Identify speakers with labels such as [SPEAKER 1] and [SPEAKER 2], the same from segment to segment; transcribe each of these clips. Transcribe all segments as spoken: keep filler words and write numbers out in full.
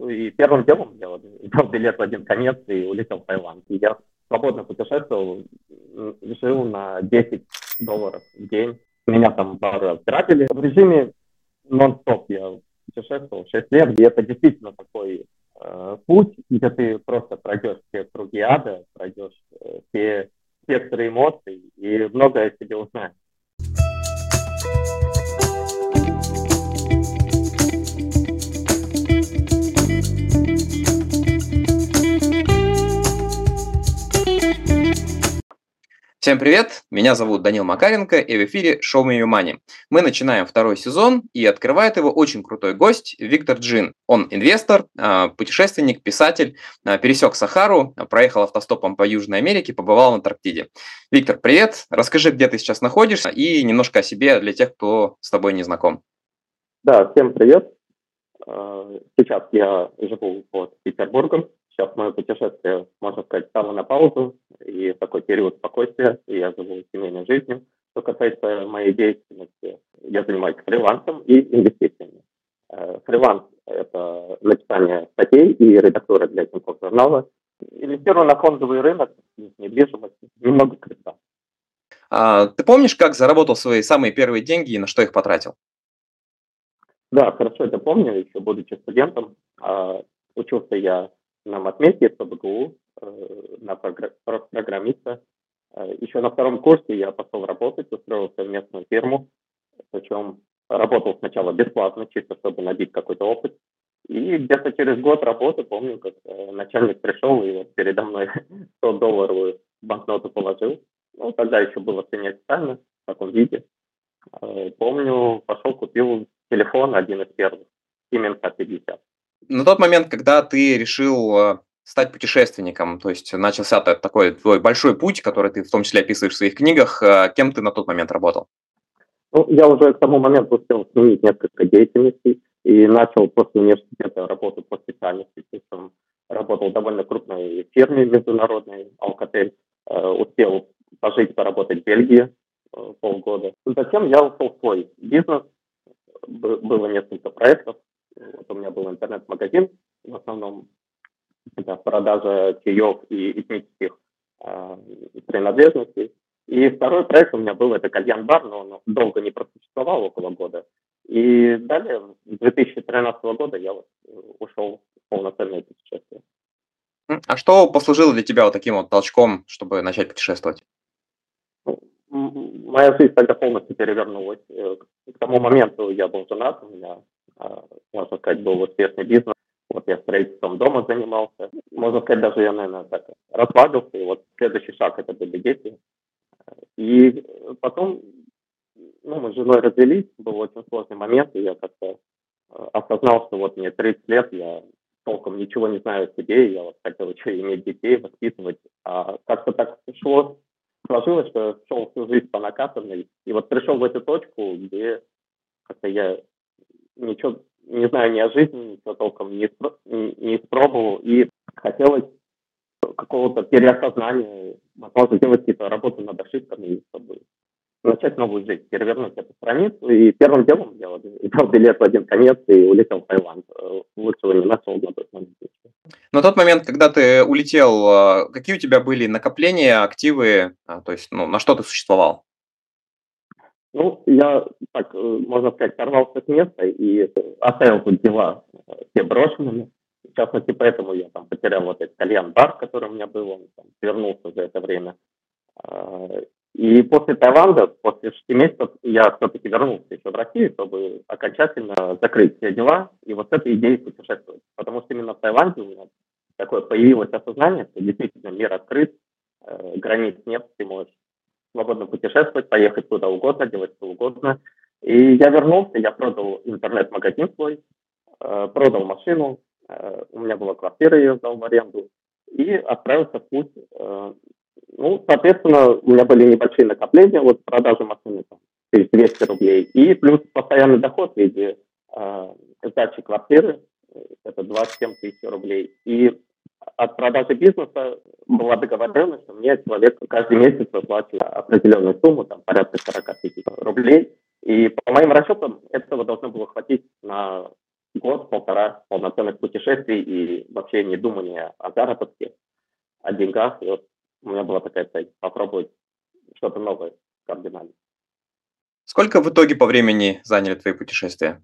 [SPEAKER 1] и первым делом я вот взял билет в один конец и улетел в Таиланд. И я свободно путешествовал, м, жил на десять долларов в день. Меня там пару раз грабили. В режиме нон-стоп я путешествовал шесть лет, и это действительно такой э, путь, где ты просто пройдешь все круги ада, пройдешь э, все спектры эмоций и многое о себе узнаешь.
[SPEAKER 2] Всем привет, меня зовут Данил Макаренко, и в эфире шоу Me Your Money. Мы начинаем второй сезон, и открывает его очень крутой гость Виктор Джин. Он инвестор, путешественник, писатель, пересек Сахару, проехал автостопом по Южной Америке, побывал в Антарктиде. Виктор, привет, расскажи, где ты сейчас находишься, и немножко о себе для тех, кто с тобой не знаком.
[SPEAKER 1] Да, всем привет. Сейчас я живу под Петербургом. Сейчас мое путешествие, можно сказать, стало на паузу, и такой период спокойствия, и я живу семейной жизнью. Что касается моей деятельности, я занимаюсь фрилансом и инвестициями. Фриланс – это написание статей и редактура для Тинькофф журнала. Инвестирую на фондовый рынок, недвижимость, немного крипто.
[SPEAKER 2] А, ты помнишь, как заработал свои самые первые деньги и на что их потратил?
[SPEAKER 1] Да, хорошо это помню, еще будучи студентом. Учился я на матмете, по БГУ, на программиста. Еще на втором курсе я пошел работать, устроился в местную фирму, причем работал сначала бесплатно, чисто чтобы набить какой-то опыт. И где-то через год работы, помню, как начальник пришел и вот передо мной сто долларовую банкноту положил. Ну, тогда еще было все неофициально, в таком виде. Помню, пошел, купил телефон, один из первых, Siemens а пятьдесят.
[SPEAKER 2] На тот момент, когда ты решил стать путешественником, то есть начался такой твой большой путь, который ты в том числе описываешь в своих книгах, кем ты на тот момент работал?
[SPEAKER 1] Ну, я уже к тому моменту успел сменить несколько деятельностей и начал после университета работу по специальности. Причем работал в довольно крупной фирме международной, Alcatel, успел пожить, поработать в Бельгии полгода. Затем я ушел в свой бизнес, было несколько проектов. Вот у меня был интернет-магазин, в основном это продажа чаев и этнических э, принадлежностей. И второй проект у меня был, это кальян-бар, но он долго не просуществовал, около года. И далее, с две тысячи тринадцатого года я вот ушел в полноценное путешествие.
[SPEAKER 2] А что послужило для тебя вот таким вот толчком, чтобы начать путешествовать?
[SPEAKER 1] Моя жизнь тогда полностью перевернулась. К тому моменту я был женат, у меня, можно сказать, был успешный бизнес. Вот я строительством дома занимался. Можно сказать, даже я, наверное, так расслабился. И вот следующий шаг – это были дети. И потом, ну, мы с женой развелись, был очень сложный момент, и я как-то осознал, что вот мне тридцать лет, я толком ничего не знаю о себе, я вот хотел еще иметь детей, воспитывать. А как-то так шло, сложилось, что я шел всю жизнь по накатанной, и вот пришел в эту точку, где как-то я ничего не знаю ни о жизни, ничего толком не, испро- не, не испробовал, и хотелось какого-то переосознания, возможно, сделать какие-то работы над ошибками, чтобы начать новую жизнь, перевернуть эту страницу. И первым делом я вот взял билет в один конец и улетел в Таиланд. Лучшего не нашел на тот момент.
[SPEAKER 2] На тот момент, когда ты улетел, какие у тебя были накопления, активы, то есть, ну, на что ты существовал?
[SPEAKER 1] Ну, я, так, можно сказать, сорвался с места и оставил тут дела все брошенными. В частности, поэтому я там потерял вот этот кальян-бар, который у меня был, он там вернулся за это время. И после Таиланда, после шести месяцев, я все-таки вернулся еще в Россию, чтобы окончательно закрыть все дела и вот с этой идеей путешествовать. Потому что именно в Таиланде у меня такое появилось осознание, что действительно мир открыт, границ нет, ты можешь свободно путешествовать, поехать куда угодно, делать что угодно. И я вернулся, я продал интернет-магазин свой, продал машину, у меня была квартира, я ее сдал в аренду, и отправился в путь. Ну, соответственно, у меня были небольшие накопления от продажи машины, там, двести рублей, и плюс постоянный доход в виде э, сдачи квартиры, это двадцать семь тысяч рублей. И от продажи бизнеса была договоренность, что мне человек каждый месяц выплачивает определенную сумму, там порядка сорок тысяч рублей. И по моим расчетам этого должно было хватить на год-полтора полноценных путешествий и вообще не думания о заработке, о деньгах. И вот у меня была такая цель попробовать что-то новое кардинально.
[SPEAKER 2] Сколько в итоге по времени заняли твои путешествия?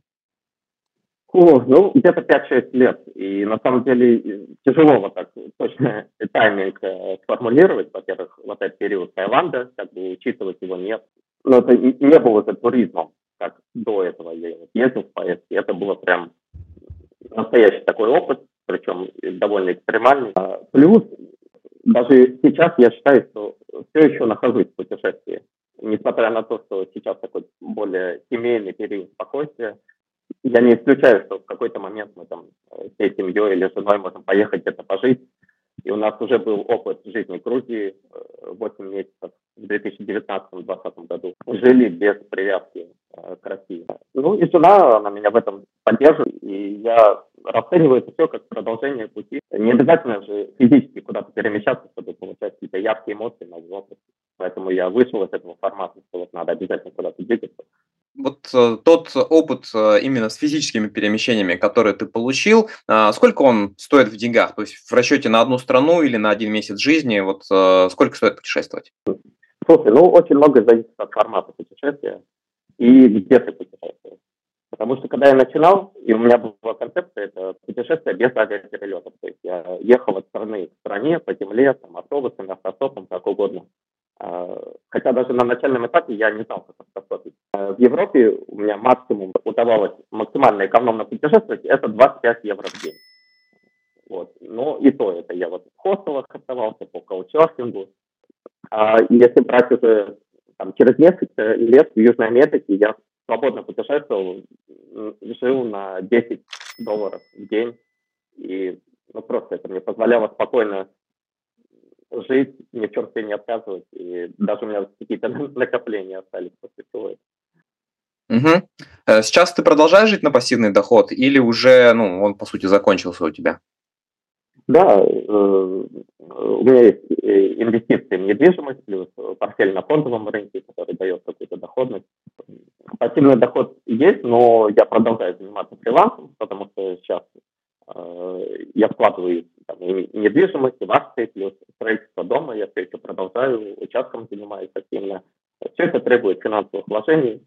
[SPEAKER 1] О, ну, где-то пять-шесть лет. И на самом деле э, тяжело вот так точно тайминг э, сформулировать. Во-первых, вот этот период Таиланда, как бы учитывать его нет. Но это не не было это туризмом, как до этого я вот ездил в поездки. Это было прям настоящий такой опыт, причем довольно экстремальный. А, Плюс даже сейчас я считаю, что все еще нахожусь в путешествии. Несмотря на то, что сейчас такой более семейный период спокойствия, я не исключаю, что в какой-то момент мы там э, всей семьей или женой можем поехать где-то пожить. И у нас уже был опыт жизни в Грузии э, восемь месяцев в две тысячи девятнадцатом-двадцатом году. Жили без привязки э, к России. Ну и жена, она меня в этом поддерживает. И я расцениваю это все как продолжение пути. Не обязательно же физически куда-то перемещаться, чтобы получать какие-то яркие эмоции, новый опыт. Поэтому я вышел из этого формата, что вот надо обязательно куда-то двигаться.
[SPEAKER 2] Вот э, тот опыт э, именно с физическими перемещениями, который ты получил, а, сколько он стоит в деньгах? То есть в расчете на одну страну или на один месяц жизни, вот э, сколько стоит путешествовать?
[SPEAKER 1] Слушай, ну очень много зависит от формата путешествия и где ты путешествуешь. Потому что когда я начинал, и у меня была концепция, это путешествие без авиаперелетов. То есть я ехал от страны к стране, по земле, там, автобусами, автостопом, как угодно. А, Хотя даже на начальном этапе я не знал, как автостопить. А В Европе у меня максимум удавалось максимально экономно путешествовать, это двадцать пять евро в день. Вот. Но и то это я вот в хостелах оставался по каучсерфингу. А если брать уже там, через несколько лет в Южной Америке, я свободно путешествовал, м, жил на десять долларов в день. И ну, просто это мне позволяло спокойно жить, ни в чем себе не отказывать. И даже у меня какие-то накопления остались после всего этого.
[SPEAKER 2] Мгм. Э, Сейчас ты продолжаешь жить на пассивный доход или уже, ну, он по сути закончился у тебя?
[SPEAKER 1] Да, э, у меня есть э, инвестиции в недвижимость, плюс э, портфель на фондовом рынке, который дает какую-то доходность. Пассивный доход есть, но я продолжаю заниматься фрилансом, потому что сейчас э, я вкладываю там, и в недвижимость, и в акции, плюс строительство дома, я все еще продолжаю, участком занимаюсь активно. Все это требует финансовых вложений,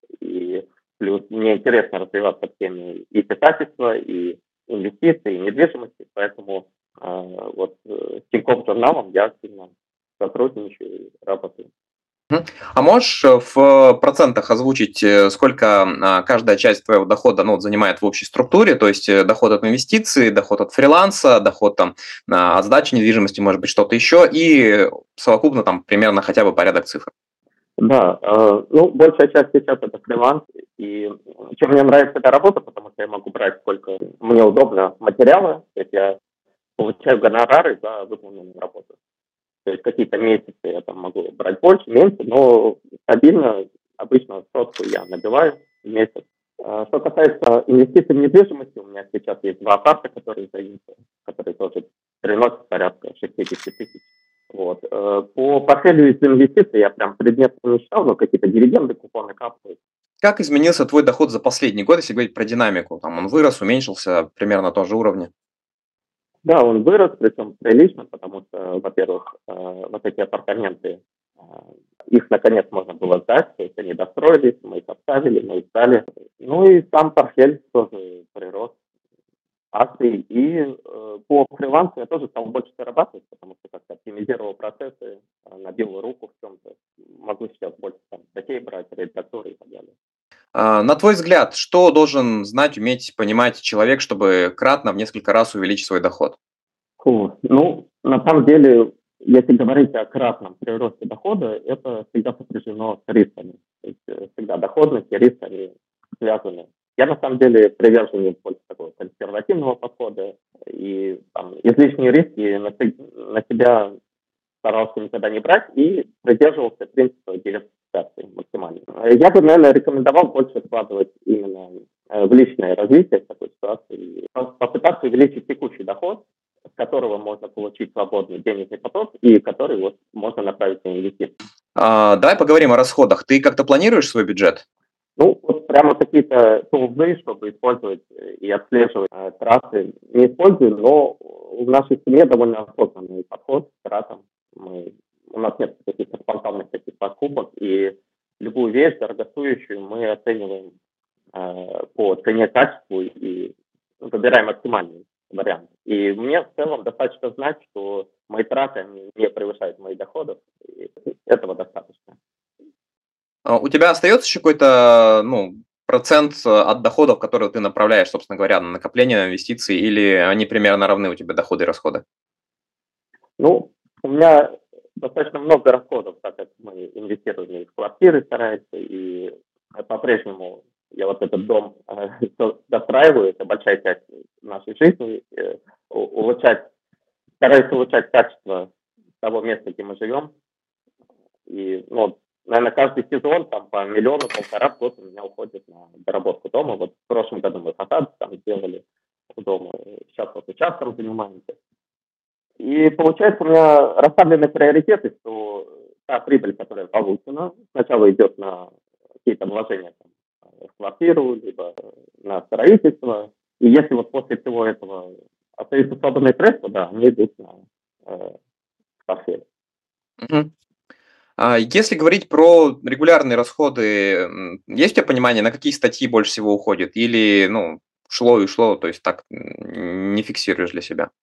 [SPEAKER 1] и плюс мне интересно развиваться в теме и писательства, и инвестиций, и недвижимости, поэтому э, вот э, с Тинькофф журналом я активно сотрудничаю и работаю.
[SPEAKER 2] Мгм. А можешь э, в процентах озвучить, э, сколько а, каждая часть твоего дохода, ну, вот занимает в общей структуре, то есть э, доход от инвестиций, доход от фриланса, доход там а, от сдачи недвижимости, может быть, что-то еще, и совокупно там примерно хотя бы порядок цифр.
[SPEAKER 1] Да, э, ну, большая часть сейчас это фриланс, и чем мне нравится эта работа, потому что я могу брать сколько мне удобно материала, то есть я получаю гонорары за выполненную работу. То есть какие-то месяцы я там могу брать больше, меньше, но стабильно, обычно сотку я набиваю в месяц. А Что касается инвестиций в недвижимость, у меня сейчас есть два апарта, которые сдаются, которые тоже приносят порядка шестьдесят тысяч. Вот. Э, По портфелю из инвестиций я прям предметно не считал, но какие-то дивиденды, купоны капают.
[SPEAKER 2] Как изменился твой доход за последний год, если говорить про динамику? Там он вырос, уменьшился, примерно на том же уровне?
[SPEAKER 1] Да, он вырос, причем прилично, потому что, во-первых, э, вот эти апартаменты, э, их наконец можно было сдать, то есть они достроились, мы их оставили, мы их сдали. Ну и сам портфель тоже прирос акций. И э, по фрилансу я тоже стал больше зарабатывать, потому что как-то оптимизировал процессы, э, набил руку в чем-то. Могу сейчас больше там статей брать, редактуры и так далее.
[SPEAKER 2] А, На твой взгляд, что должен знать, уметь понимать человек, чтобы кратно в несколько раз увеличить свой доход?
[SPEAKER 1] Фу, Ну, на самом деле, если говорить о кратном приросте дохода, это всегда сопряжено с рисками. То есть э, всегда доходность и риск, они связаны. Я на самом деле приверженец больше такого консервативного подхода, и там, излишние риски на, се- на себя старался никогда не брать и придерживался принципа диверсификации максимально. Э, Я бы, наверное, рекомендовал больше вкладывать именно э, в личное развитие в такой ситуации, и по- попытаться увеличить текущий доход, с которого можно получить свободный денежный поток и который вот можно направить на инвестиции.
[SPEAKER 2] А, Давай поговорим о расходах. Ты как-то планируешь свой бюджет?
[SPEAKER 1] Ну, вот прямо какие-то тулзы, чтобы использовать э, и отслеживать э, трассы, не использую, но в нашей семье довольно осознанный подход к тратам. Мы, у нас нет каких-то спонтанных таких покупок, и любую вещь дорогостоящую мы оцениваем э, по цене, качеству и ну, выбираем оптимальный вариант. И мне в целом достаточно знать, что мои траты они не превышают моих доходов, и этого достаточно.
[SPEAKER 2] А у тебя остается еще какой-то, ну, процент э, от доходов, которые ты направляешь, собственно говоря, на накопление, на инвестиции, или они примерно равны у тебя доходы и расходы?
[SPEAKER 1] Ну, у меня достаточно много расходов, так как мы инвестируем и в квартиры стараемся, и по-прежнему я вот этот дом э, до- достраиваю, это большая часть нашей жизни, э, у- улучшать, стараюсь улучшать качество того места, где мы живем, и, ну, наверное, каждый сезон там по миллиону, полтора в год у меня уходит на доработку дома. Вот в прошлом году мы фасад там сделали у дома, сейчас вот участком занимаемся. И получается у меня расставлены приоритеты, что та прибыль, которая получена, сначала идет на какие-то вложения там, э, в квартиру, либо э, на строительство. И если вот после всего этого остаются свободные средства, да, они идут на э, портфель.
[SPEAKER 2] Мгм. А если говорить про регулярные расходы, м, есть у тебя понимание, на какие статьи больше всего уходит? Или, ну, шло и шло, то есть так м, не фиксируешь для себя?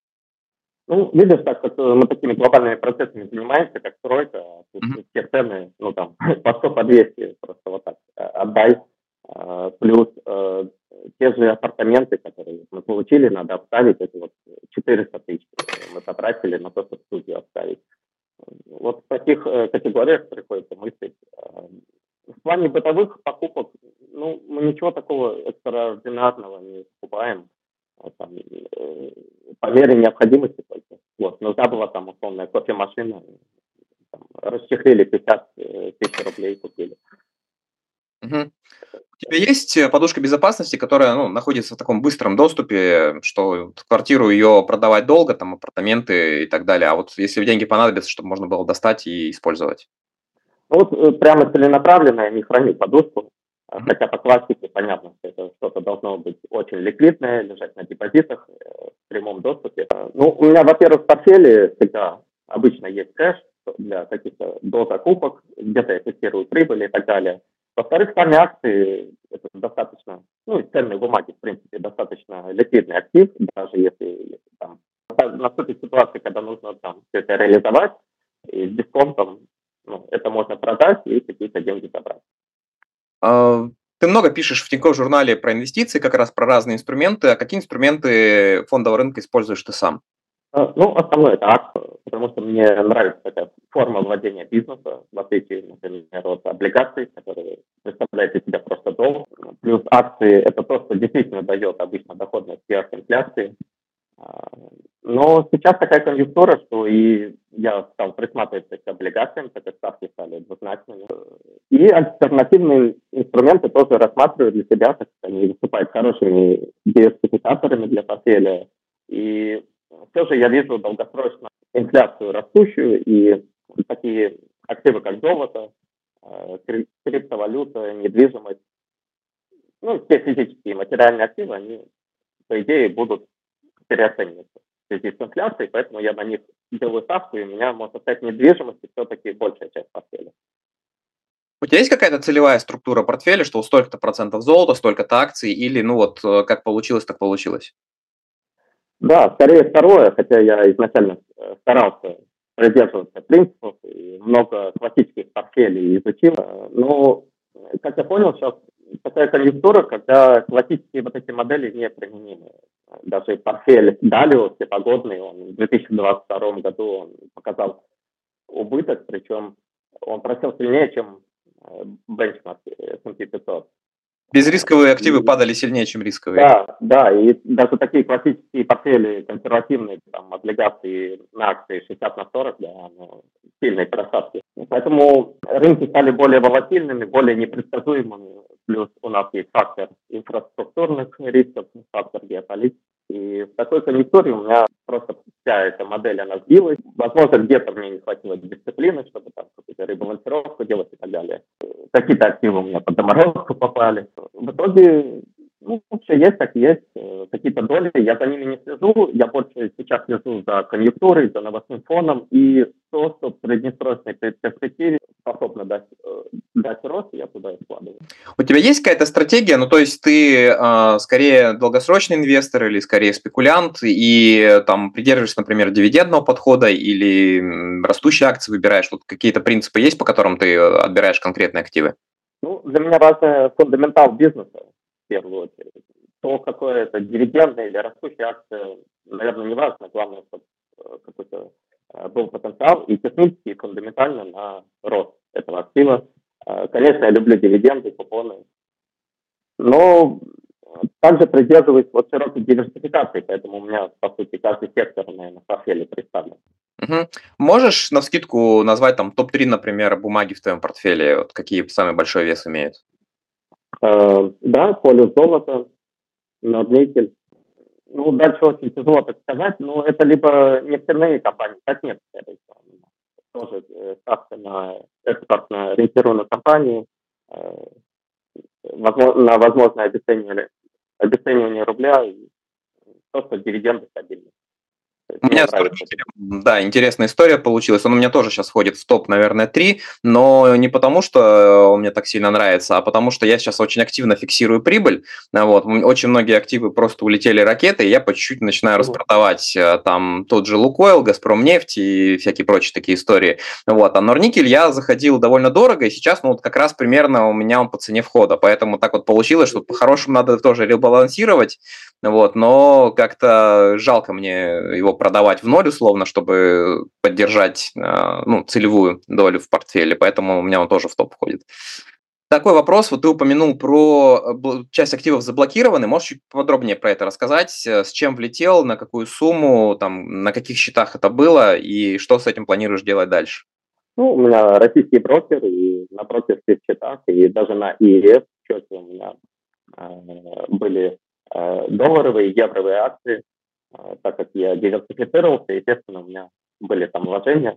[SPEAKER 1] Ну, видишь, так как э, мы такими глобальными процессами занимаемся, как стройка, а тут
[SPEAKER 2] Мгм.
[SPEAKER 1] все цены, ну там, по сто, по двести, просто вот так, э, отдай. А, Плюс э, те же апартаменты, которые мы получили, надо обставить, это вот четыреста тысяч мы потратили на то, чтобы студию обставить. Вот в таких э, категориях приходится мыслить. А, В плане бытовых покупок, ну, мы ничего такого экстраординарного не покупаем. А, там, э, по мере необходимости только. Вот, нужна была там условная кофемашина, там, расчехлили пятьдесят э, тысяч рублей купили.
[SPEAKER 2] Мгм. У тебя есть э, подушка безопасности, которая, ну, находится в таком быстром доступе, что вот квартиру ее продавать долго, там апартаменты и так далее, а вот если деньги понадобятся, чтобы можно было достать и использовать?
[SPEAKER 1] Ну, вот э, прямо целенаправленно я не храню подушку, а,
[SPEAKER 2] Мгм.
[SPEAKER 1] хотя по классике понятно, что это что-то должно быть очень ликвидное, лежать на депозитах э, в прямом доступе. А, Ну, у меня, во-первых, в портфеле всегда обычно есть кэш для каких-то дозакупок, где-то я тестирую прибыли и так далее. Во-вторых, сами акции, это достаточно, ну, и ценные бумаги, в принципе, достаточно ликвидный актив, даже если, если там наступит ситуация, когда нужно там все это реализовать, и с дисконтом ну, это можно продать и какие-то деньги забрать.
[SPEAKER 2] А, Ты много пишешь в Тинькофф журнале про инвестиции, как раз про разные инструменты. А какие инструменты фондового рынка используешь ты сам?
[SPEAKER 1] А, Ну, основное это акции, потому что мне нравится такая форма владения бизнеса, в отличие, например, от облигаций, которые представляют из себя просто долг. Плюс акции – это то, что действительно дает обычно доходность сверх инфляции. А, Но сейчас такая конъюнктура, что и я стал присматриваться к облигациям, так как ставки стали двузначными. И альтернативные инструменты тоже рассматриваю для себя, так как они выступают хорошими диверсификаторами для портфеля. И все же я вижу долгосрочно инфляцию растущую, и такие активы, как золото, э, кри- криптовалюта, недвижимость, ну, все физические и материальные активы, они, по идее, будут переоцениваться в связи с инфляцией, поэтому я на них делаю ставку, и у меня, можно сказать, недвижимости все-таки большая часть портфеля.
[SPEAKER 2] У тебя есть какая-то целевая структура портфеля, что столько-то процентов золота, столько-то акций, или ну вот э, как получилось, так получилось?
[SPEAKER 1] Да, скорее второе, хотя я изначально э, старался придерживаться принципов и много классических портфелей изучил. Э, Но, э, как я понял, сейчас такая конъюнктура, когда классические вот эти модели не применимы. Э, Даже портфель Далио, всепогодный, он в две тысячи двадцать втором году он показал убыток, причем он просел сильнее, чем э, бенчмарк эс энд пи пятьсот. А,
[SPEAKER 2] Безрисковые активы
[SPEAKER 1] И
[SPEAKER 2] падали сильнее, чем рисковые.
[SPEAKER 1] да, да, и даже такие классические портфели консервативные, там, облигации на акции шестьдесят на сорок, да, ну, сильные просадки. Поэтому рынки стали более волатильными, более непредсказуемыми. Плюс у нас есть фактор инфраструктурных рисков, фактор геополитики. И И в такой конъюнктуре у меня просто вся эта модель, она сбилась. Возможно, где-то мне не хватило дисциплины, чтобы там какую-то ребалансировку делать и так далее. Какие-то активы у меня под заморозку попали. В итоге, ну, все есть, как есть. Какие-то доли, я за ними не слежу. Я больше сейчас слежу за конъюнктурой, за новостным фоном. И то, что в среднесрочной перспективе способно дать, дать рост, я туда и вкладываю.
[SPEAKER 2] У тебя есть какая-то стратегия? Ну, то есть ты э, скорее долгосрочный инвестор или скорее спекулянт и там придерживаешься, например, дивидендного подхода или м, растущие акции выбираешь? Вот какие-то принципы есть, по которым ты отбираешь конкретные активы?
[SPEAKER 1] Ну, для меня важен фундаментал бизнеса, в первую очередь. То, какое это дивидендная или растущая акция, наверное, не важно. Главное, чтобы какой-то был потенциал и технически, и фундаментально на рост этого актива. Конечно, я люблю дивиденды, купоны, но также придерживаюсь вот широкой диверсификации, поэтому у меня, по сути, каждый сектор, наверное, в портфеле представлен.
[SPEAKER 2] Угу. Можешь навскидку назвать там топ три, например, бумаги в твоем портфеле? Вот какие самый большой вес имеют?
[SPEAKER 1] Э, да, полюс золота, Норникель. Ну, дальше очень тяжело так сказать, но это либо нефтяные компании, как нет, это тоже э, ставка на экспортно ориентированные компании, э, возможно, на возможное обесценивание, обесценивание рубля и то, что дивиденды стабильны.
[SPEAKER 2] У меня с Норникелем, да, интересная история получилась. Он у меня тоже сейчас входит в топ, наверное, три, но не потому, что он мне так сильно нравится, а потому что я сейчас очень активно фиксирую прибыль. Вот. Очень многие активы просто улетели ракетой, и я по чуть-чуть начинаю распродавать там тот же Лукойл, Газпромнефть и всякие прочие такие истории. Вот. А Норникель я заходил довольно дорого, и сейчас ну, вот как раз примерно у меня он по цене входа. Поэтому так вот получилось, что по-хорошему надо тоже ребалансировать, вот, но как-то жалко мне его продавать в ноль условно, чтобы поддержать ну, целевую долю в портфеле, поэтому у меня он тоже в топ входит. Такой вопрос, вот ты упомянул про часть активов заблокированы, можешь чуть подробнее про это рассказать, с чем влетел, на какую сумму, там, на каких счетах это было и что с этим планируешь делать дальше?
[SPEAKER 1] Ну, у меня российский брокер, и на брокерских счетах, и даже на и эр эф счете у меня э, были э, долларовые, евровые акции, э, так как я диверсифицировался, естественно, у меня были там вложения.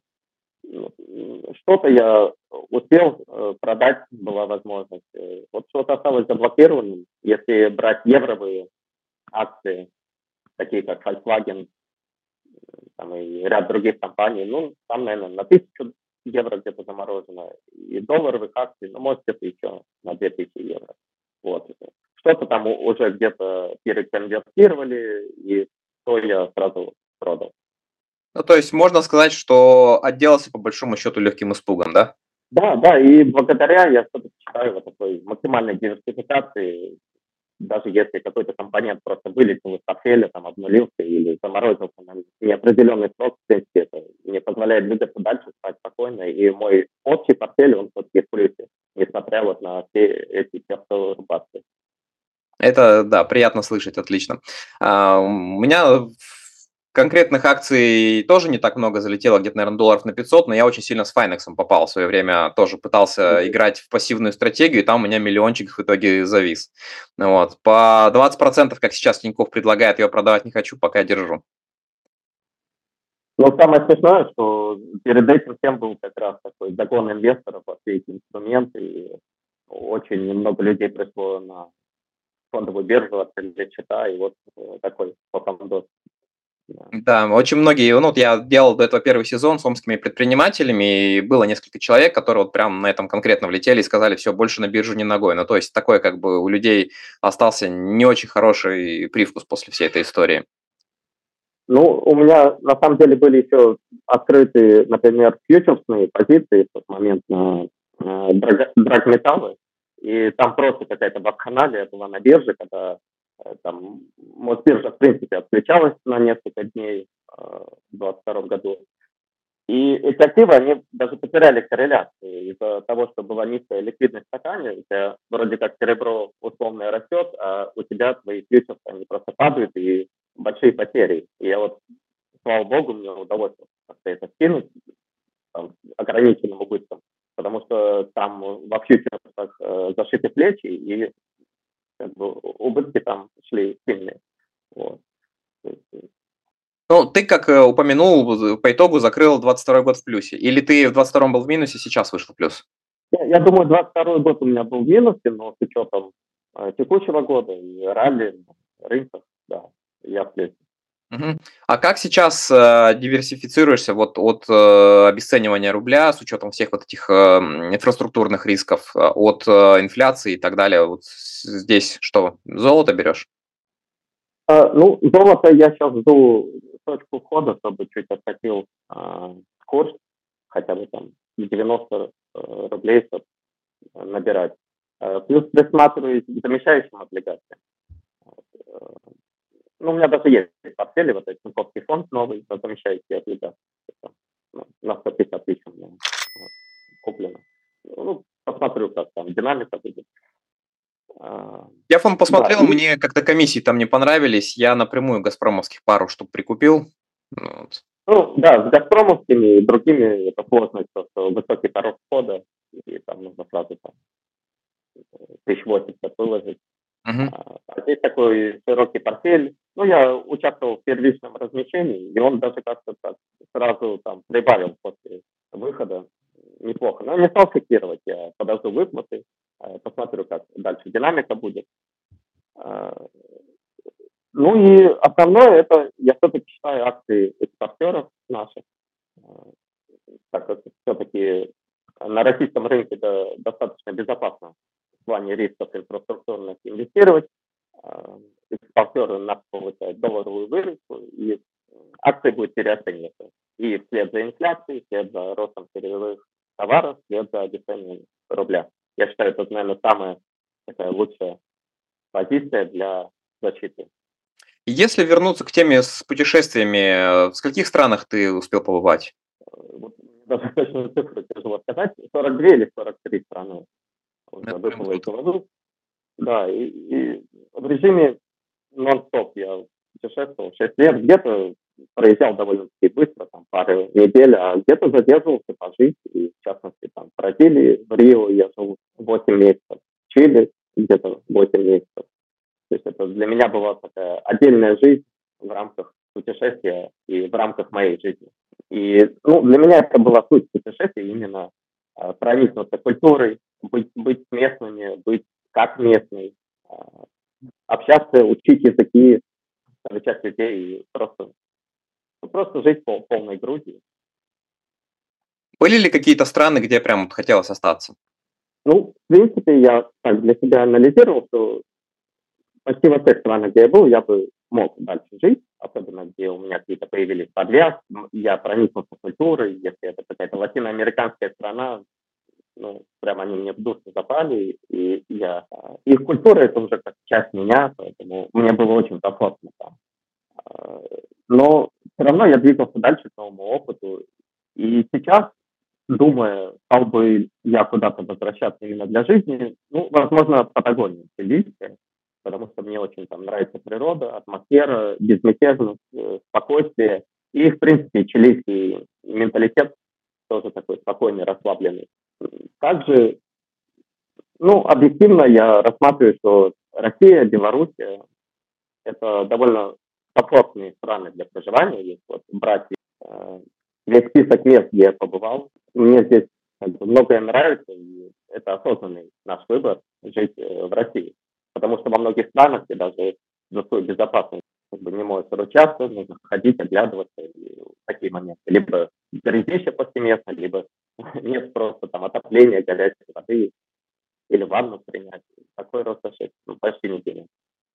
[SPEAKER 1] Что-то я успел э, продать, была возможность. Вот что-то осталось заблокированным. Если брать евровые акции, такие как Volkswagen, там и ряд других компаний, ну, там, наверное, на тысячу евро где-то заморожено, и долларовых акций, ну, может, где-то еще на две тысячи евро. Вот. Что-то там уже где-то переконвертировали, и то я сразу продал.
[SPEAKER 2] Ну, то есть можно сказать, что отделался по большому счету легким испугом, да?
[SPEAKER 1] Да, да, и благодаря, я все-таки считаю, вот такой максимальной диверсификации, даже если какой-то компонент просто вылетел из портфеля, там, обнулился или заморозился на неопределенный срок, в принципе, это не позволяет двигаться дальше, спать спокойно, и мой общий портфель, он все-таки в плюсе, несмотря вот на все эти перфорбации.
[SPEAKER 2] Это, да, приятно слышать, отлично. А, у меня конкретных акций тоже не так много залетело, где-то, наверное, долларов на пятьсот, но я очень сильно с Файнексом попал в свое время, тоже пытался mm-hmm. играть в пассивную стратегию, и там у меня миллиончик в итоге завис. Вот. По двадцать процентов, как сейчас Тинькофф предлагает, я продавать не хочу, пока держу.
[SPEAKER 1] Ну, самое смешное, что перед этим всем был как раз такой загон инвесторов во все эти инструменты, и очень много людей пришло на фондовую биржу, открыли счета, и вот такой попандос.
[SPEAKER 2] Да, очень многие, ну, вот я делал до этого первый сезон с омскими предпринимателями, и было несколько человек, которые вот прям на этом конкретно влетели и сказали, все, больше на биржу не ногой. Ну, то есть такой как бы у людей остался не очень хороший привкус после всей этой истории.
[SPEAKER 1] Ну, у меня на самом деле были еще открыты, например, фьючерсные позиции в тот момент на э, драгметаллы, и там просто какая-то вакханалия была на бирже, когда э, там Мосбиржа, в принципе, отключалась на несколько дней э, в двадцать втором году. И эти активы, они даже потеряли корреляцию из-за того, что была низкая ликвидность в стакане, у тебя вроде как серебро условно растет, а у тебя твои фьючерсы, они просто падают, и большие потери. И я вот, слава богу, мне удалось как-то это скинуть там, ограниченным убытком, потому что там во фьючерсах э, зашиты плечи, и как бы, убытки там шли сильные. Вот.
[SPEAKER 2] Ну, ты, как э, упомянул, по итогу закрыл двадцать второй год в плюсе. Или ты в двадцать втором был в минусе, сейчас вышел в плюс?
[SPEAKER 1] Я, я думаю, двадцать второй год у меня был в минусе, но с учетом э, текущего года и ралли, рынков, да, я в плюсе.
[SPEAKER 2] Мгм. А как сейчас э, диверсифицируешься вот от э, обесценивания рубля с учетом всех вот этих э, м, инфраструктурных рисков, э, от э, инфляции и так далее? Вот с- здесь что, золото берешь?
[SPEAKER 1] А, ну, золото я сейчас жду точку входа, чтобы чуть откатил а, курс, хотя бы там девяносто э, рублей, чтобы набирать. Э, Плюс присматриваюсь к замещающим облигациям. Э, Ну, у меня даже есть в портфеле вот этот Тиньковский фонд новый, на замещающие облигации. Это, ну, на сто пятьдесят тысяч у меня вот, куплено. Ну, посмотрю, как там динамика будет. А,
[SPEAKER 2] Я фон
[SPEAKER 1] Да,
[SPEAKER 2] посмотрел,
[SPEAKER 1] и
[SPEAKER 2] мне как-то комиссии там не понравились, я напрямую газпромовских пару штук прикупил. Ну вот.
[SPEAKER 1] ну, да, с «Газпромовскими» и другими это сложность, то, что высокий порог входа, и там нужно сразу там тысяч восемьдесят выложить.
[SPEAKER 2] Мгм.
[SPEAKER 1] А а здесь такой широкий портфель. Ну, я участвовал в первичном размещении, и он даже как-то так сразу там прибавил после выхода неплохо. Но я не стал фиксировать, я подожду выплаты, э, посмотрю, как дальше динамика будет. А, Ну и основное это я все-таки считаю акции экспортеров наших, а, так как все-таки на российском рынке это достаточно безопасно в плане рисков инфраструктурных инвестировать. А, Экспортеры нас получают долларовую выручку, и акции будут переоцениваться. И вслед за инфляцией, вслед за ростом сырьевых товаров, вслед за обесцениванием рубля. Я считаю, это, наверное, самая такая лучшая позиция для защиты.
[SPEAKER 2] Если вернуться к теме с путешествиями, э, в скольких странах ты успел побывать?
[SPEAKER 1] Вот даже точную цифру тяжело сказать. сорок две или сорок три страны уже
[SPEAKER 2] Это прям
[SPEAKER 1] выпало из
[SPEAKER 2] круто.
[SPEAKER 1] головы. Да, и, и в режиме нон-стоп я путешествовал шесть лет, где-то проезжал довольно-таки быстро, там пару недель, а где-то задерживался пожить, и в частности там в Бразилии, в Рио я жил восемь месяцев, в Чили где-то восемь месяцев. То есть это для меня была такая отдельная жизнь в рамках путешествия и в рамках моей жизни. И ну, для меня это была суть путешествия, именно э, проникнуться культурой, быть, быть с местными, быть как местный, э, общаться, учить языки, встречать людей и просто, ну, просто жить пол, полной грудью.
[SPEAKER 2] Были ли какие-то страны, где прям вот хотелось остаться?
[SPEAKER 1] Ну, в принципе, я так для себя анализировал, что почти во всех странах, где я был, я бы мог дальше жить, особенно где у меня какие-то появились подвязки, я проникнулся культурой, если это какая-то латиноамериканская страна, ну, прям они мне в душу запали, и я... а, их культура — это уже как часть меня, поэтому мне было очень комфортно там. А, Но все равно я двигался дальше к новому опыту, и сейчас, думая, стал бы я куда-то возвращаться именно для жизни, ну, возможно, Патагония, Чилийская, потому что мне очень там нравится природа, атмосфера, безмятежность, э, спокойствие. И, в принципе, чилийский менталитет тоже такой спокойный, расслабленный. Также, ну, объективно я рассматриваю, что Россия, Белоруссия — это довольно комфортные страны для проживания. Есть вот брать э, весь список мест, где я побывал. Мне здесь как бы многое нравится, и это осознанный наш выбор жить э, в России. Потому что во многих странах ты даже за свою безопасность как бы не можешь ручаться, нужно ходить, оглядываться, и такие моменты. Либо грязище повсеместно, либо нет просто там отопления, горячей воды, или ванну принять. Такой рост ошибок ну, почти нигде нет.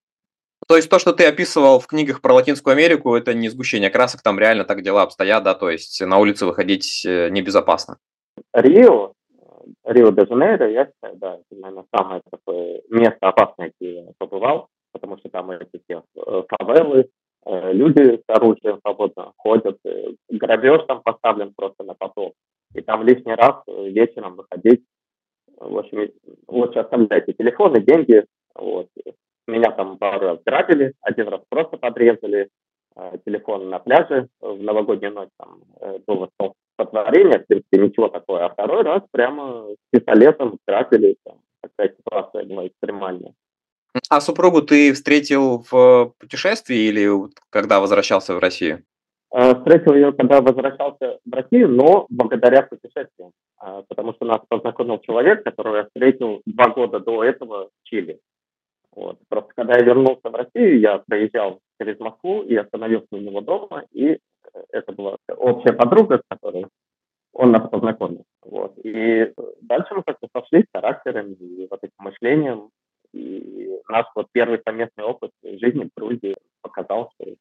[SPEAKER 2] То есть то, что ты описывал в книгах про Латинскую Америку, это не сгущение красок, там реально так дела обстоят, да, то есть на улицу выходить э, небезопасно.
[SPEAKER 1] Рио, Рио-де-Жанейро, я считаю, да, это, наверное, самое такое место опасное, где я побывал, потому что там эти все э, фавелы, э, люди с оружием свободно ходят, э, грабеж там поставлен просто на поток. И там лишний раз э, вечером выходить, в общем, лучше оставляйте телефоны, деньги. Вот. Меня там пару раз грабили, один раз просто подрезали, э, телефон на пляже в новогоднюю ночь, там э, было столпотворение, в принципе, ничего такого. А второй раз прямо с пистолетом грабили, там, такая ситуация была экстремальная.
[SPEAKER 2] А супругу ты встретил в путешествии или вот когда возвращался в Россию?
[SPEAKER 1] Э, Встретил ее, когда возвращался в Россию, но благодаря путешествиям. А, Потому что нас познакомил человек, которого я встретил два года до этого в Чили. Вот. Просто когда я вернулся в Россию, я проезжал через Москву и остановился у него дома, и э, это была общая подруга, с которой он нас познакомил. Вот. И э, дальше мы как-то сошлись характерами и вот этим мышлением. И наш вот первый совместный опыт жизни в Грузии показал, что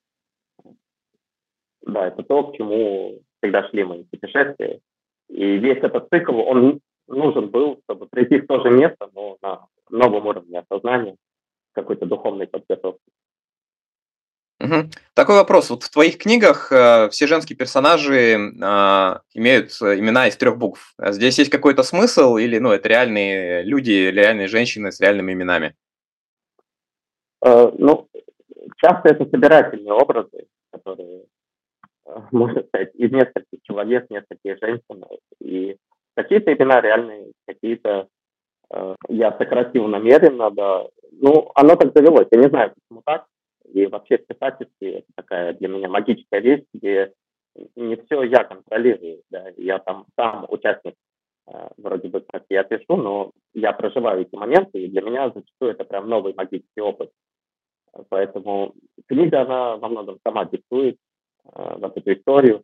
[SPEAKER 1] да, это то, к чему всегда шли мои путешествия. И весь этот цикл, он нужен был, чтобы прийти в то же место, но на новом уровне осознания, какой-то духовной подготовки.
[SPEAKER 2] Мгм. Такой вопрос. Вот в твоих книгах э, все женские персонажи а, имеют э, имена из трех букв. А здесь есть какой-то смысл или, ну, это реальные люди, реальные женщины с реальными именами?
[SPEAKER 1] Э, ну, часто это собирательные образы, которые, э, можно сказать, из нескольких человек, нескольких женщин. И какие-то имена реальные, какие-то э, я сократил намеренно, да. Ну, оно так завелось. Я не знаю, почему так. И вообще в писательстве это такая для меня магическая вещь, где не все я контролирую, да, я там сам участник, э, вроде бы как я пишу, но я проживаю эти моменты, и для меня зачастую это прям новый магический опыт. Поэтому книга, она во многом сама диктует э, вот эту историю.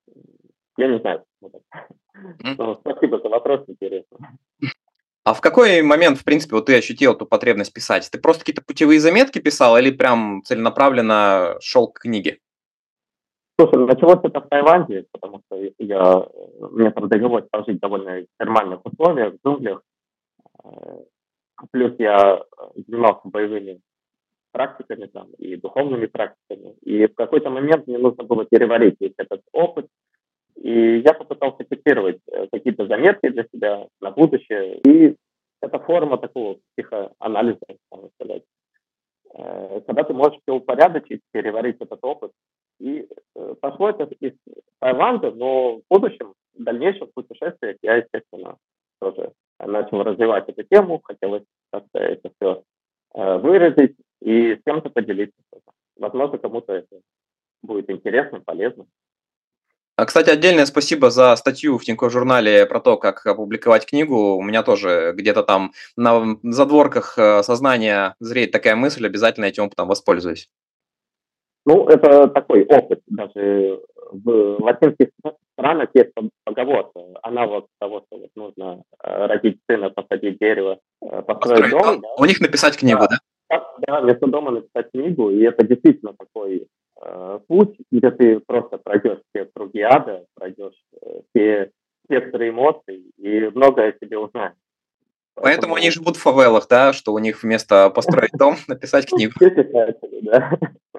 [SPEAKER 1] Я не знаю, почему так.
[SPEAKER 2] М.
[SPEAKER 1] Но спасибо за вопрос, интересно.
[SPEAKER 2] А в какой момент, в принципе, вот ты ощутил эту потребность писать? Ты просто какие-то путевые заметки писал или прям целенаправленно шел к книге?
[SPEAKER 1] Слушай, началось это в Таиланде, потому что я, э, мне там довелось пожить в довольно экстремальных условиях, в джунглях. Э, Плюс я э, занимался боевыми практиками там и духовными практиками. И в какой-то момент мне нужно было переварить весь этот опыт. И я попытался фиксировать э, какие-то заметки для себя на будущее. И это форма такого психоанализа, можно сказать. Э, Когда ты можешь все упорядочить, переварить этот опыт. И э, пошло это из Таиланда, но в будущем, в дальнейших путешествиях я, естественно, тоже начал развивать эту тему, хотелось как-то это все выразить и с кем-то поделиться. Возможно, кому-то это будет интересно, полезно.
[SPEAKER 2] А, кстати, отдельное спасибо за статью в Тинькофф журнале про то, как опубликовать книгу. У меня тоже где-то там на задворках э, сознания зреет такая мысль, обязательно этим опытом воспользуюсь.
[SPEAKER 1] Ну, это такой опыт. Даже в латинских странах есть поговорка, аналог того, что вот нужно э, родить сына, посадить дерево, э, построить
[SPEAKER 2] Построить дом,
[SPEAKER 1] дом. Да,
[SPEAKER 2] у них написать книгу,
[SPEAKER 1] да,
[SPEAKER 2] да?
[SPEAKER 1] так, да, вместо дома написать книгу, и это действительно такой э, путь, где ты просто пройдешь все круги ада, пройдешь э, все спектры эмоций и многое о себе узнаешь.
[SPEAKER 2] Поэтому они
[SPEAKER 1] Поэтому
[SPEAKER 2] живут в фавелах, да, что у них вместо построить дом написать книгу.
[SPEAKER 1] все писатели, да.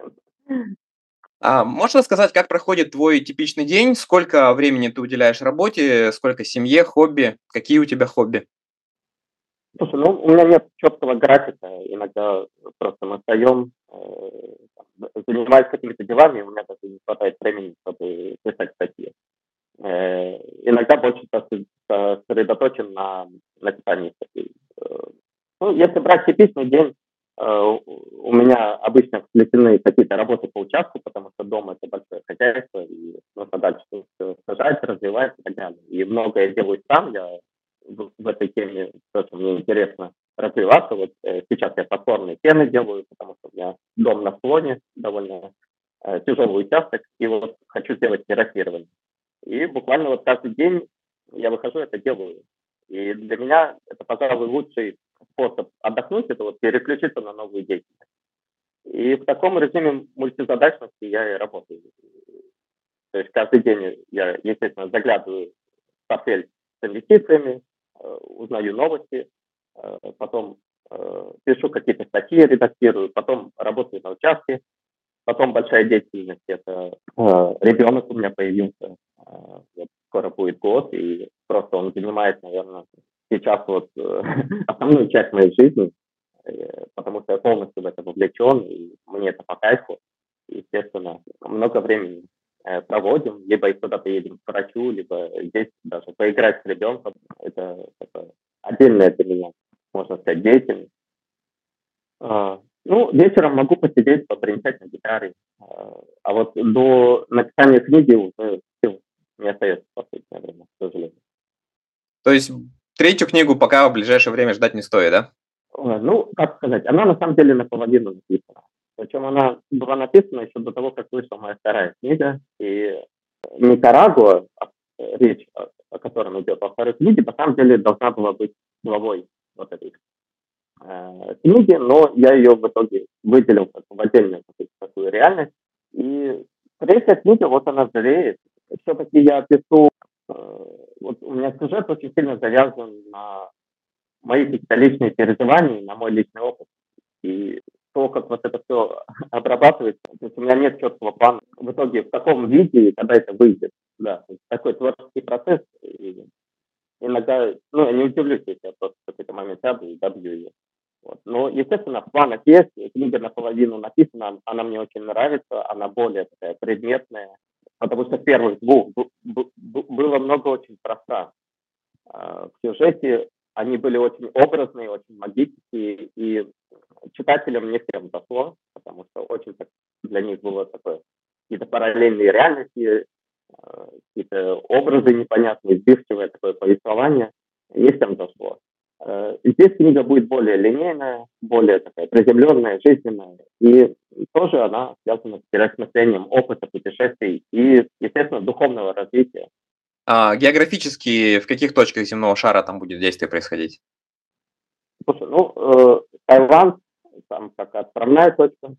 [SPEAKER 2] А можно сказать, как проходит твой типичный день? Сколько времени ты уделяешь работе, сколько семье, хобби? Какие у тебя хобби?
[SPEAKER 1] Слушай, ну, у меня нет четкого графика. Иногда просто мы встаем, э, там, занимаюсь какими-то делами, у меня даже не хватает времени, чтобы писать статьи. Э, иногда больше сосредо- сосредоточен на написании статей. Э, Ну, если брать типичный день, э, у меня обычно вплетены какие-то работы по участку, потому что дом это большое хозяйство, и нужно дальше всё сажать, развивать и так далее. И многое делаю сам, я в, в этой теме тоже мне интересно развиваться. Вот э, сейчас я подпорные стены делаю, потому что у меня дом на склоне, довольно э, тяжелый участок, и вот хочу сделать террасирование. И буквально вот каждый день я выхожу, это делаю. И для меня это, пожалуй, лучший способ отдохнуть, это вот переключиться на новую деятельность. И в таком режиме мультизадачности я и работаю. То есть каждый день я, естественно, заглядываю в портфель с инвестициями, э, узнаю новости, э, потом э, пишу какие-то статьи, редактирую, потом работаю на участке, потом большая деятельность. Это э, ребенок у меня появился, э, вот скоро будет год, и просто он занимает, наверное, сейчас вот э, основную часть моей жизни, э, потому что я полностью в это вовлечен, и мне это по кайфу. И, естественно, много времени э, проводим, либо и куда-то едем к врачу, либо здесь даже поиграть с ребенком. Это, это отдельная для меня, можно сказать, деятельность. А, ну, вечером могу посидеть, побренчать на гитаре. А, а вот до написания книги уже сил не остается в последнее время, к сожалению.
[SPEAKER 2] То есть третью книгу пока в ближайшее время ждать не стоит, да?
[SPEAKER 1] Ой, ну, как сказать, она на самом деле наполовину написана. Причем она была написана еще до того, как вышла моя вторая книга. И Никарагуа, а, э, речь, о, о котором идет во второй книге, на самом деле должна была быть главой вот этой э, книги, но я ее в итоге выделил как в отдельную такую, такую реальность. И третья книга, вот она зреет. Все-таки я пишу, э, вот у меня сюжет очень сильно завязан на мои какие-то личные переживания, на мой личный опыт. И то, как вот это все обрабатывается, то есть у меня нет четкого плана в итоге в каком виде и когда это выйдет. Да, то есть такой творческий процесс. И иногда, ну, я не удивлюсь, если я просто в какой-то момент сяду и добью ее. Вот. Но, естественно, в планах есть, книга наполовину написана, она мне очень нравится, она более такая предметная, потому что в первых двух бу- бу- бу- было много очень пространств. А, в сюжете они были очень образные, очень магические, и читателям не всем зашло, потому что очень так, для них было такое какие-то параллельные реальности, э, какие-то образы непонятные, сбивчивое такое повествование. Не всем зашло. Э, Здесь книга будет более линейная, более такая приземленная, жизненная, и тоже она связана с переосмыслением опыта путешествий и, естественно, духовного развития.
[SPEAKER 2] А географически в каких точках земного шара там будет действие происходить?
[SPEAKER 1] Слушай, ну, э, Таиланд, там как отправная точка,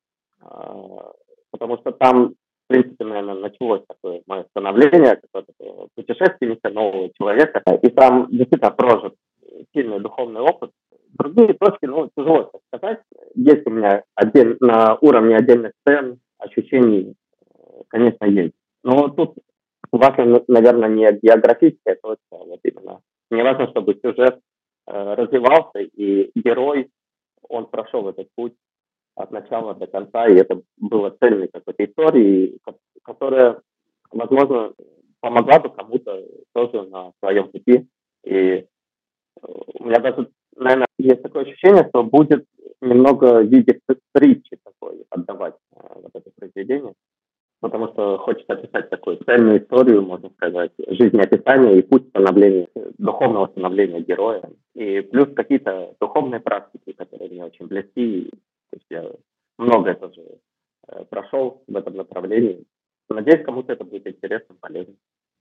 [SPEAKER 1] а, потому что там, в принципе, наверное, началось такое мое становление, какое-то такое путешественника, нового человека, и там действительно прожит сильный духовный опыт. Другие точки, ну, тяжело так сказать. Есть у меня отдель, на уровне отдельных сцен, ощущений, э, конечно, есть. Но тут важно, наверное, не географическая точка, а вот именно. Мне важно, чтобы сюжет э, развивался, и герой, он прошел этот путь от начала до конца, и это было цельной какой-то историей, ко- которая, возможно, помогла бы кому-то тоже на своем пути. И э, у меня даже, наверное, есть такое ощущение, что будет немного в виде притчи такой отдавать э, вот это произведение, потому что хочется описать такую цельную историю, можно сказать, жизнеописание и путь становления, э, духовного становления героя. И плюс какие-то духовные практики, которые мне очень близки. То есть я многое тоже э, прошел в этом направлении. Надеюсь, кому-то это будет интересно, полезно.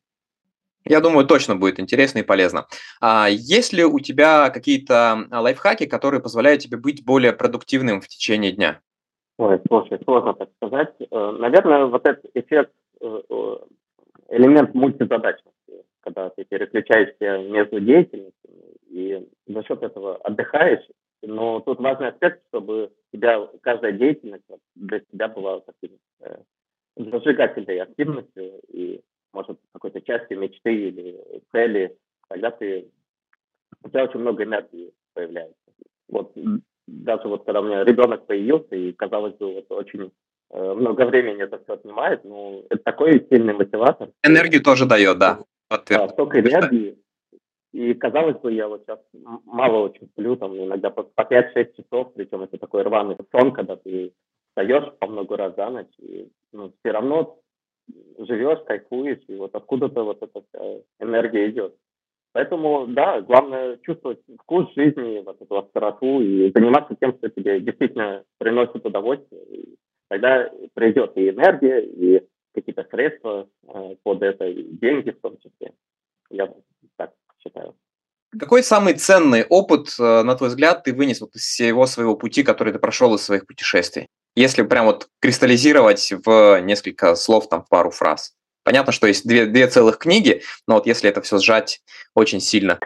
[SPEAKER 2] Я думаю, точно будет интересно и полезно. А есть ли у тебя какие-то а, лайфхаки, которые позволяют тебе быть более продуктивным в течение дня?
[SPEAKER 1] Ой, слушай, сложно так сказать. Э, Наверное, вот этот эффект, э, э, элемент мультизадачности, когда ты переключаешься между деятельностями и за счет этого отдыхаешь. Но тут важный аспект, чтобы у тебя каждая деятельность вот для тебя была таким э, зажигательной активностью и, может, какой-то частью мечты или цели. Тогда ты, у тебя очень много энергии появляется. Вот даже вот когда у меня ребенок появился, и, казалось бы, вот очень э, много времени это все отнимает, ну, это такой сильный мотиватор,
[SPEAKER 2] Энергию тоже дает, да.
[SPEAKER 1] да,
[SPEAKER 2] Подтверждаю.
[SPEAKER 1] столько энергии, и, казалось бы, я вот сейчас мало очень сплю, там, иногда по, по пять-шесть часов, причем это такой рваный сон, когда ты встаешь по много раз за ночь, и ну, все равно живешь, кайфуешь, и вот откуда-то вот эта вся энергия идет. Поэтому, да, главное чувствовать вкус жизни, вот эту остроту и заниматься тем, что тебе действительно приносит удовольствие. И тогда придет и энергия, и какие-то средства э, под это, и деньги в том числе. Я так считаю.
[SPEAKER 2] Какой самый ценный опыт, э, на твой взгляд, ты вынес вот из всего своего пути, который ты прошел из своих путешествий? Если прям вот кристаллизировать в несколько слов, там, в пару фраз. Понятно, что есть две, две целых книги, но вот если это все сжать очень сильно.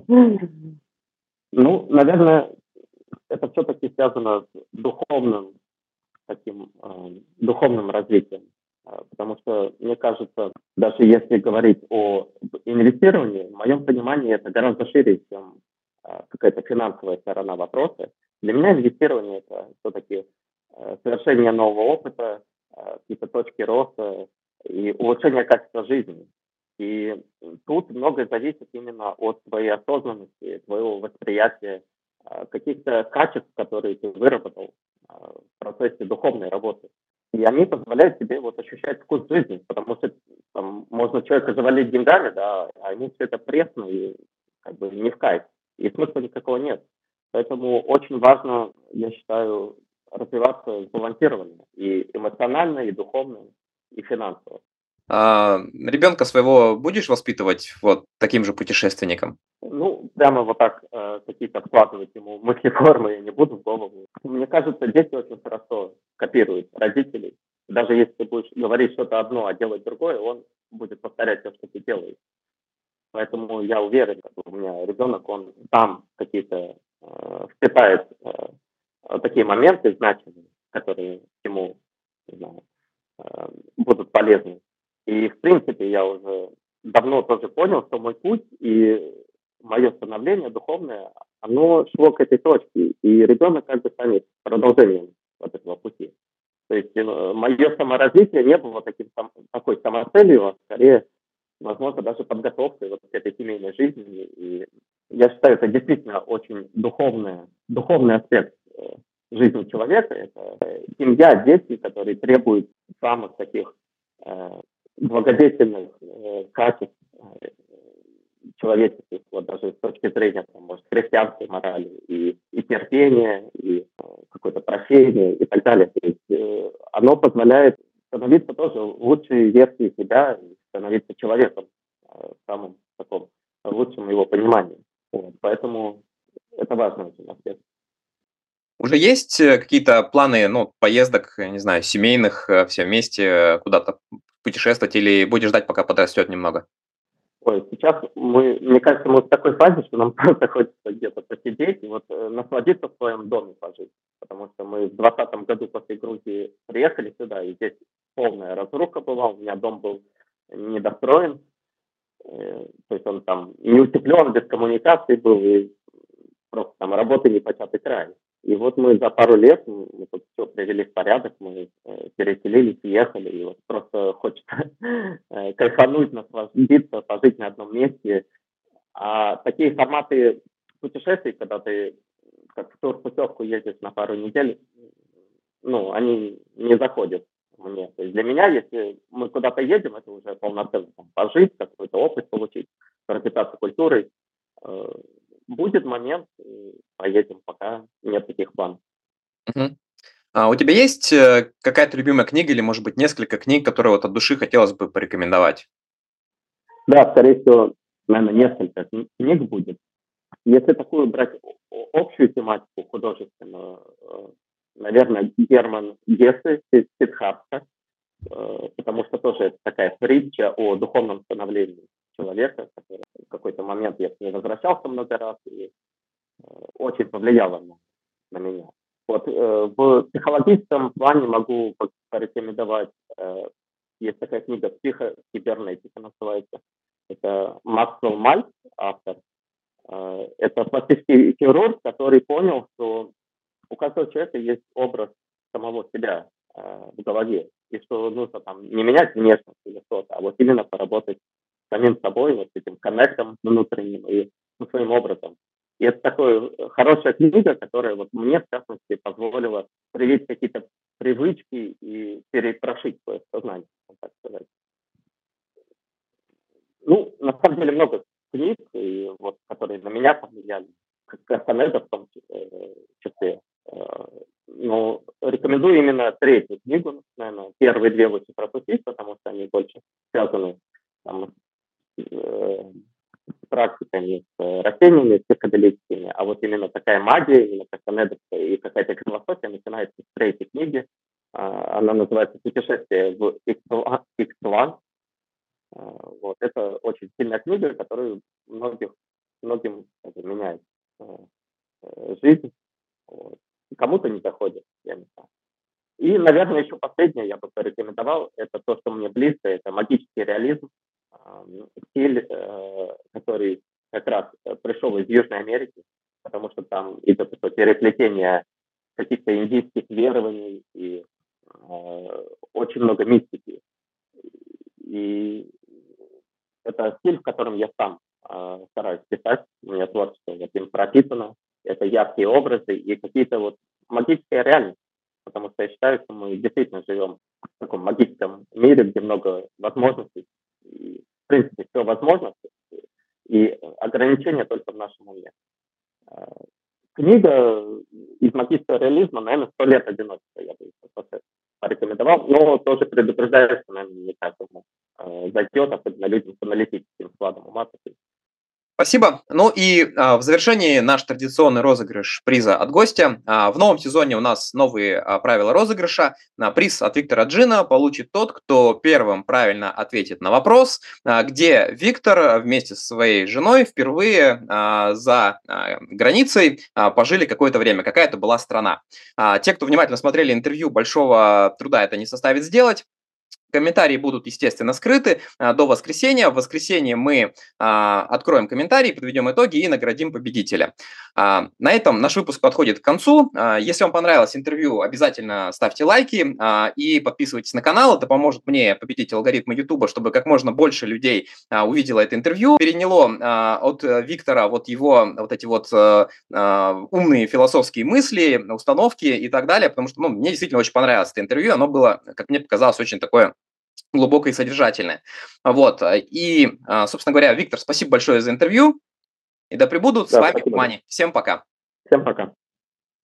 [SPEAKER 1] Ну, наверное, это все-таки связано с духовным таким э, духовным развитием. Э, Потому что, мне кажется, даже если говорить о инвестировании, в моем понимании это гораздо шире, чем э, какая-то финансовая сторона вопроса. Для меня инвестирование это все-таки э, совершение нового опыта, э, какие-то точки роста и улучшение качества жизни. И тут многое зависит именно от твоей осознанности, твоего восприятия а, каких-то качеств, которые ты выработал а, в процессе духовной работы. И они позволяют тебе вот ощущать вкус жизни, потому что там, можно человека завалить деньгами, да, а ему все это пресно и как бы не в кайф. И смысла никакого нет. Поэтому очень важно, я считаю, развиваться сбалансированно и эмоционально, и духовно, и финансово.
[SPEAKER 2] А, ребенка своего будешь воспитывать вот таким же путешественником?
[SPEAKER 1] Ну, прямо вот так э, какие-то вкладывать ему мысли-формы я не буду в голову. Мне кажется, дети очень хорошо копируют родителей. Даже если ты будешь говорить что-то одно, а делать другое, он будет повторять то, что ты делаешь. Поэтому я уверен, что у меня ребенок, он сам какие-то э, впитает э, э, такие моменты значимые, которые ему, не знаю, э, будут полезны. И, в принципе, я уже давно тоже понял, что мой путь и мое становление духовное, оно шло к этой точке. И ребенок как бы станет продолжением вот этого пути. То есть мое саморазвитие не было таким, сам- такой самоцелью, а скорее, возможно, даже подготовкой вот к этой семейной жизни. И я считаю, это действительно очень духовное, духовный аспект э, жизни человека. Это э, семья, дети, которые требуют самых таких э, благодетельных э, качеств э, человеческих, вот даже с точки зрения, там, может, христианской морали, и, и терпения, и э, какое-то прощение и так далее. То есть э, оно позволяет становиться тоже лучшей версией себя и становиться человеком э, в самом таком лучшем его понимании. Вот. Поэтому это важный очень аспект.
[SPEAKER 2] Уже есть э, какие-то планы, ну, поездок, я не знаю, семейных, э, все вместе э, куда-то путешествовать или будешь ждать, пока подрастет немного?
[SPEAKER 1] Ой, сейчас мы, мне кажется, мы в такой фазе, что нам просто хочется где-то посидеть и вот э, насладиться в своем доме пожить. Потому что мы в двадцатом году после Грузии приехали сюда, и здесь полная разруха была, у меня дом был недостроен, э, то есть он там не утеплен, без коммуникаций был, и просто там работы непочатый край. И вот мы за пару лет, м, мы тут все привели в порядок, мы э, переселились, уехали, и вот просто хочется э, кайфануть, насладиться, пожить на одном месте. А такие форматы путешествий, когда ты как в турпутевку ездишь на пару недель, ну, они не заходят мне. То есть для меня, если мы куда-то едем, это уже полноценно там, пожить, какой-то опыт получить, пропитаться культурой. Э, Будет момент, э, поедем, пока нет таких планов.
[SPEAKER 2] Мгм. А у тебя есть э, какая-то любимая книга или, может быть, несколько книг, которые вот от души хотелось бы порекомендовать?
[SPEAKER 1] Да, скорее всего, наверное, несколько кни- книг будет. Если такую брать о- общую тематику художественную, э, наверное, Герман Гессе «Си- Сиддхартха», э, потому что тоже это такая притча о духовном становлении человека, который в какой-то момент я к ней возвращался много раз, и э, очень повлияла на, на меня. Вот, э, в психологическом плане могу по- порекомендовать, э, есть такая книга «Психокибернетика» называется. Это Максвелл Мальц, автор. Э, это пластический хирург, который понял, что у каждого человека есть образ самого себя э, в голове, и что нужно там не менять внешность или что-то, а вот именно поработать с самим собой, вот с этим коннектом внутренним и ну, своим образом. И это такая хорошая книга, которая вот мне, в частности, позволила привить какие-то привычки и перепрошить свое сознание, так сказать. Ну, на самом деле много книг, и вот, которые на меня повлияли, как Кастанеда в том э, числе. Э, Но рекомендую именно третью книгу, наверное. Первые две лучше пропустить, потому что они больше связаны там, э, с практиками, с э, растениями, с психоделическими. А вот именно такая магия, именно Кастанедовская и какая-то философия начинается с третьей книги. А, Она называется «Путешествие в Иксуан». А, Вот. Это очень сильная книга, которая многих, многим как бы, меняет э, э, жизнь. Вот. И кому-то не заходит, я не знаю. И, наверное, еще последнее я бы порекомендовал, это то, что мне близко, это магический реализм, а, стиль, э, который как раз э, пришел из Южной Америки, потому что там идет такое переплетение каких-то индийских верований и э, очень много мистики. И это стиль, в котором я сам э, стараюсь писать, у меня творчество вот им пропитано, я это яркие образы и какие-то вот магические реальности. Потому что я считаю, что мы действительно живем в таком магическом мире, где много возможностей. И, в принципе, все возможно, и ограничения только в нашем уме. А, Книга из магического реализма, наверное, «Сто лет одиночества» я бы просто порекомендовал, но тоже предупреждаю, что, наверное, не каждому э, зайдет, особенно людям с аналитическим складом ума.
[SPEAKER 2] Спасибо. Ну и а, в завершении наш традиционный розыгрыш приза от гостя. А, в новом сезоне у нас новые а, правила розыгрыша. На приз от Виктора Джина получит тот, кто первым правильно ответит на вопрос, а, где Виктор вместе со своей женой впервые а, за а, границей а, пожили какое-то время. Какая это была страна. А, те, кто внимательно смотрели интервью, большого труда это не составит сделать. Комментарии будут, естественно, скрыты а, до воскресенья. В воскресенье мы а, откроем комментарии, подведем итоги и наградим победителя. А, на этом наш выпуск подходит к концу. А, если вам понравилось интервью, обязательно ставьте лайки а, и подписывайтесь на канал. Это поможет мне победить алгоритмы YouTube, чтобы как можно больше людей а, увидело это интервью. Переняло а, от Виктора вот его вот эти вот а, а, умные философские мысли, установки и так далее, потому что ну, мне действительно очень понравилось это интервью. Оно было, как мне показалось, очень такое глубокое и содержательное. Вот. И, собственно говоря, Виктор, спасибо большое за интервью. И да пребудут
[SPEAKER 1] Да,
[SPEAKER 2] с вами
[SPEAKER 1] спасибо.
[SPEAKER 2] Мани. Всем пока.
[SPEAKER 1] Всем пока.